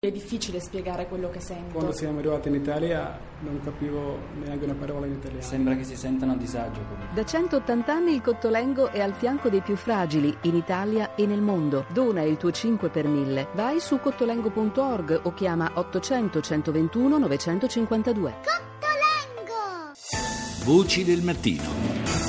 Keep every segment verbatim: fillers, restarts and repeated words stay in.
È difficile spiegare quello che sento. Quando siamo arrivati in Italia non capivo neanche una parola in italiano. Sembra che si sentano a disagio. Da centottanta anni il Cottolengo è al fianco dei più fragili in Italia e nel mondo. Dona il tuo cinque per mille. Vai su cottolengo punto org o chiama ottocento centoventuno novecentocinquantadue. Cottolengo! Voci del mattino.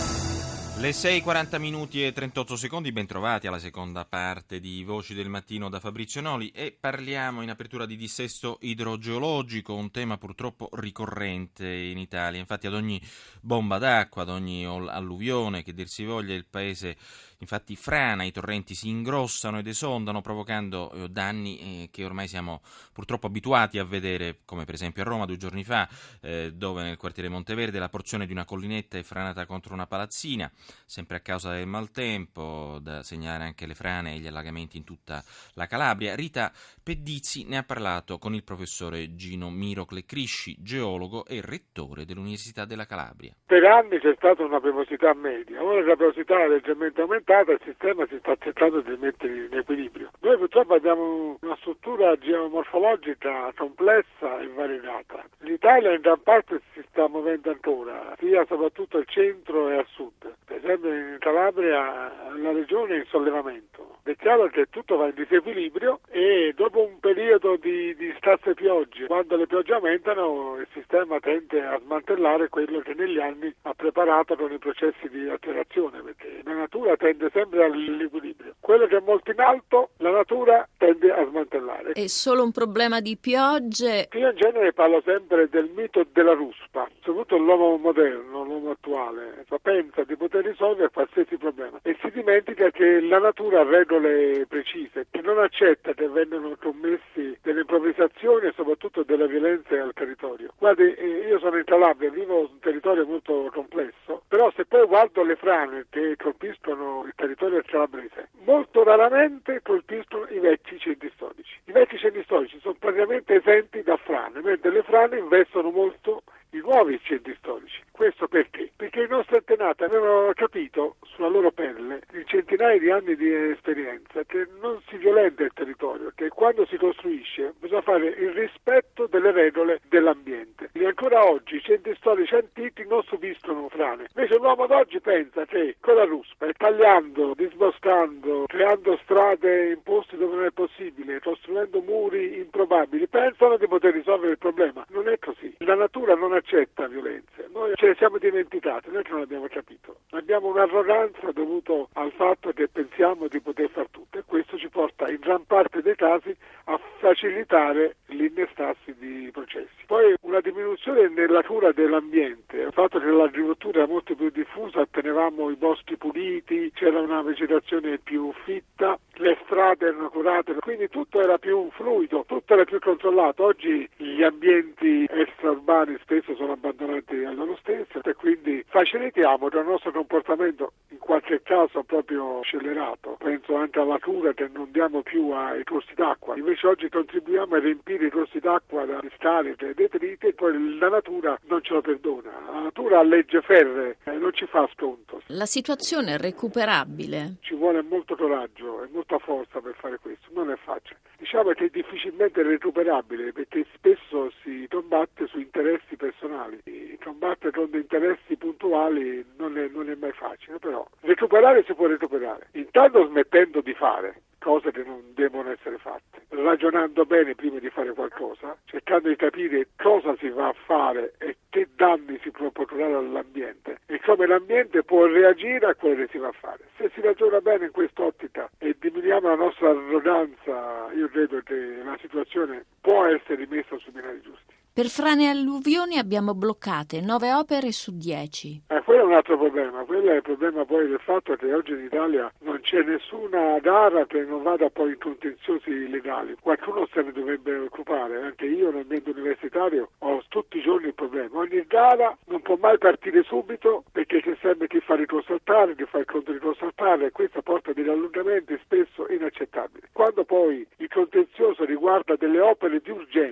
Le sei e quaranta minuti e trentotto secondi, ben trovati alla seconda parte di Voci del Mattino da Fabrizio Noli e parliamo in apertura di dissesto idrogeologico, un tema purtroppo ricorrente in Italia. Infatti ad ogni bomba d'acqua, ad ogni alluvione che dir si voglia, il paese infatti frana, i torrenti si ingrossano ed esondano provocando eh, danni eh, che ormai siamo purtroppo abituati a vedere, come per esempio a Roma due giorni fa, eh, dove nel quartiere Monteverde la porzione di una collinetta è franata contro una palazzina, sempre a causa del maltempo. Da segnalare anche le frane e gli allagamenti in tutta la Calabria. Rita Pedizzi ne ha parlato con il professore Gino Mirocle Crisci, geologo e rettore dell'Università della Calabria. Per anni c'è stata una pevosità media, ora la pevosità è leggermente aumentata, il sistema si sta cercando di mettere in equilibrio. Noi purtroppo abbiamo una struttura geomorfologica complessa e variegata. L'Italia in gran parte si sta muovendo ancora, sia soprattutto al centro e al sud. Per esempio in Calabria la regione è in sollevamento. È chiaro che tutto va in disequilibrio e dopo un periodo di, di scarse piogge, quando le piogge aumentano, il sistema tende a smantellare quello che negli anni ha preparato con i processi di alterazione, perché la natura tende sempre all'equilibrio. Quello che è molto in alto, la natura tende a smantellare. È solo un problema di piogge? Io in genere parlo sempre del mito della ruspa, soprattutto l'uomo moderno, l'uomo attuale, pensa di poter risolvere qualsiasi problema e si dimentica che la natura ha regole precise, che non accetta che vengano commessi delle improvvisazioni e soprattutto delle violenze al territorio. Guardi, io sono in Calabria, vivo in un territorio molto complesso, però se poi guardo le frane che colpiscono il territorio calabrese, molto raramente colpiscono i vecchi centri storici. I vecchi centri storici sono praticamente esenti da frane, mentre le frane investono molto i nuovi centri storici. Questo perché? Perché i nostri antenati avevano capito sulla loro pelle, in centinaia di anni di esperienza, che non si violenta il territorio, che quando si costruisce bisogna fare il rispetto delle regole dell'ambiente. E ancora oggi i centri storici antichi non subiscono frane. Invece l'uomo d'oggi pensa che con la ruspa, tagliando, disboscando, creando strade in posti dove non è possibile, costruendo muri improbabili, pensano di poter risolvere il problema. Non è così. La natura non accetta violenze. Noi ce ne siamo dimenticati, noi che non abbiamo capito. Abbiamo un'arroganza dovuta al fatto che pensiamo di poter far tutto e questo ci porta in gran parte dei casi a facilitare l'innestarsi di processi. Poi una diminuzione nella cura dell'ambiente, il fatto che l'agricoltura era molto più diffusa, tenevamo i boschi puliti, c'era una vegetazione più fitta, le strade erano curate, quindi tutto era più fluido, tutto era più controllato. Oggi gli ambienti extraurbani spesso sono abbandonati a loro stessi e quindi facilitiamo il nostro comportamento, in qualche caso proprio scellerato. Penso anche alla cura che non diamo più ai corsi d'acqua, invece oggi contribuiamo a riempire i corsi d'acqua da scariche e detriti e poi la natura non ce lo perdona. La natura ha legge ferree e non ci fa sconto. La situazione è recuperabile? Ci vuole molto coraggio e molta forza per fare questo, non è facile. Diciamo che è difficilmente recuperabile perché spesso si combatte su interessi personali. Combattere con interessi puntuali non è, non è mai facile, però recuperare si può recuperare. Intanto smettendo di fare cose che non devono essere fatte, ragionando bene prima di fare qualcosa, cercando di capire cosa si va a fare e che danni si può procurare all'ambiente e come l'ambiente può reagire a quello che si va a fare. Se si ragiona bene in quest'ottica e diminuiamo la nostra arroganza, io credo che la situazione può essere rimessa sui binari giusti. Per frane e alluvioni abbiamo bloccate nove opere su dieci. Eh, quello è un altro problema, quello è il problema poi del fatto che oggi in Italia non c'è nessuna gara che non vada poi in contenziosi legali. Qualcuno se ne dovrebbe occupare, anche io nel mondo universitario ho tutti i giorni il problema. Ogni gara non può mai partire subito perché c'è sempre chi fa ricorso al TAR, chi fa il conto ricorso al TAR e questo porta degli allungamenti spesso inaccettabili. Quando poi il contenzioso riguarda delle opere di urgenza che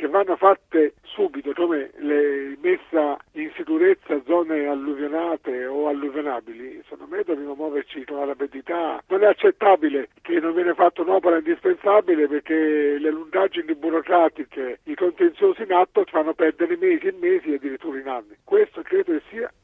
che vanno fatte subito, come le messa in sicurezza zone alluvionate o alluvionabili, secondo me dobbiamo muoverci con la rapidità. Non è accettabile che non viene fatta un'opera indispensabile perché le lungaggini burocratiche, i contenziosi in atto ci fanno perdere mesi e mesi e addirittura in anni. Questo credo che sia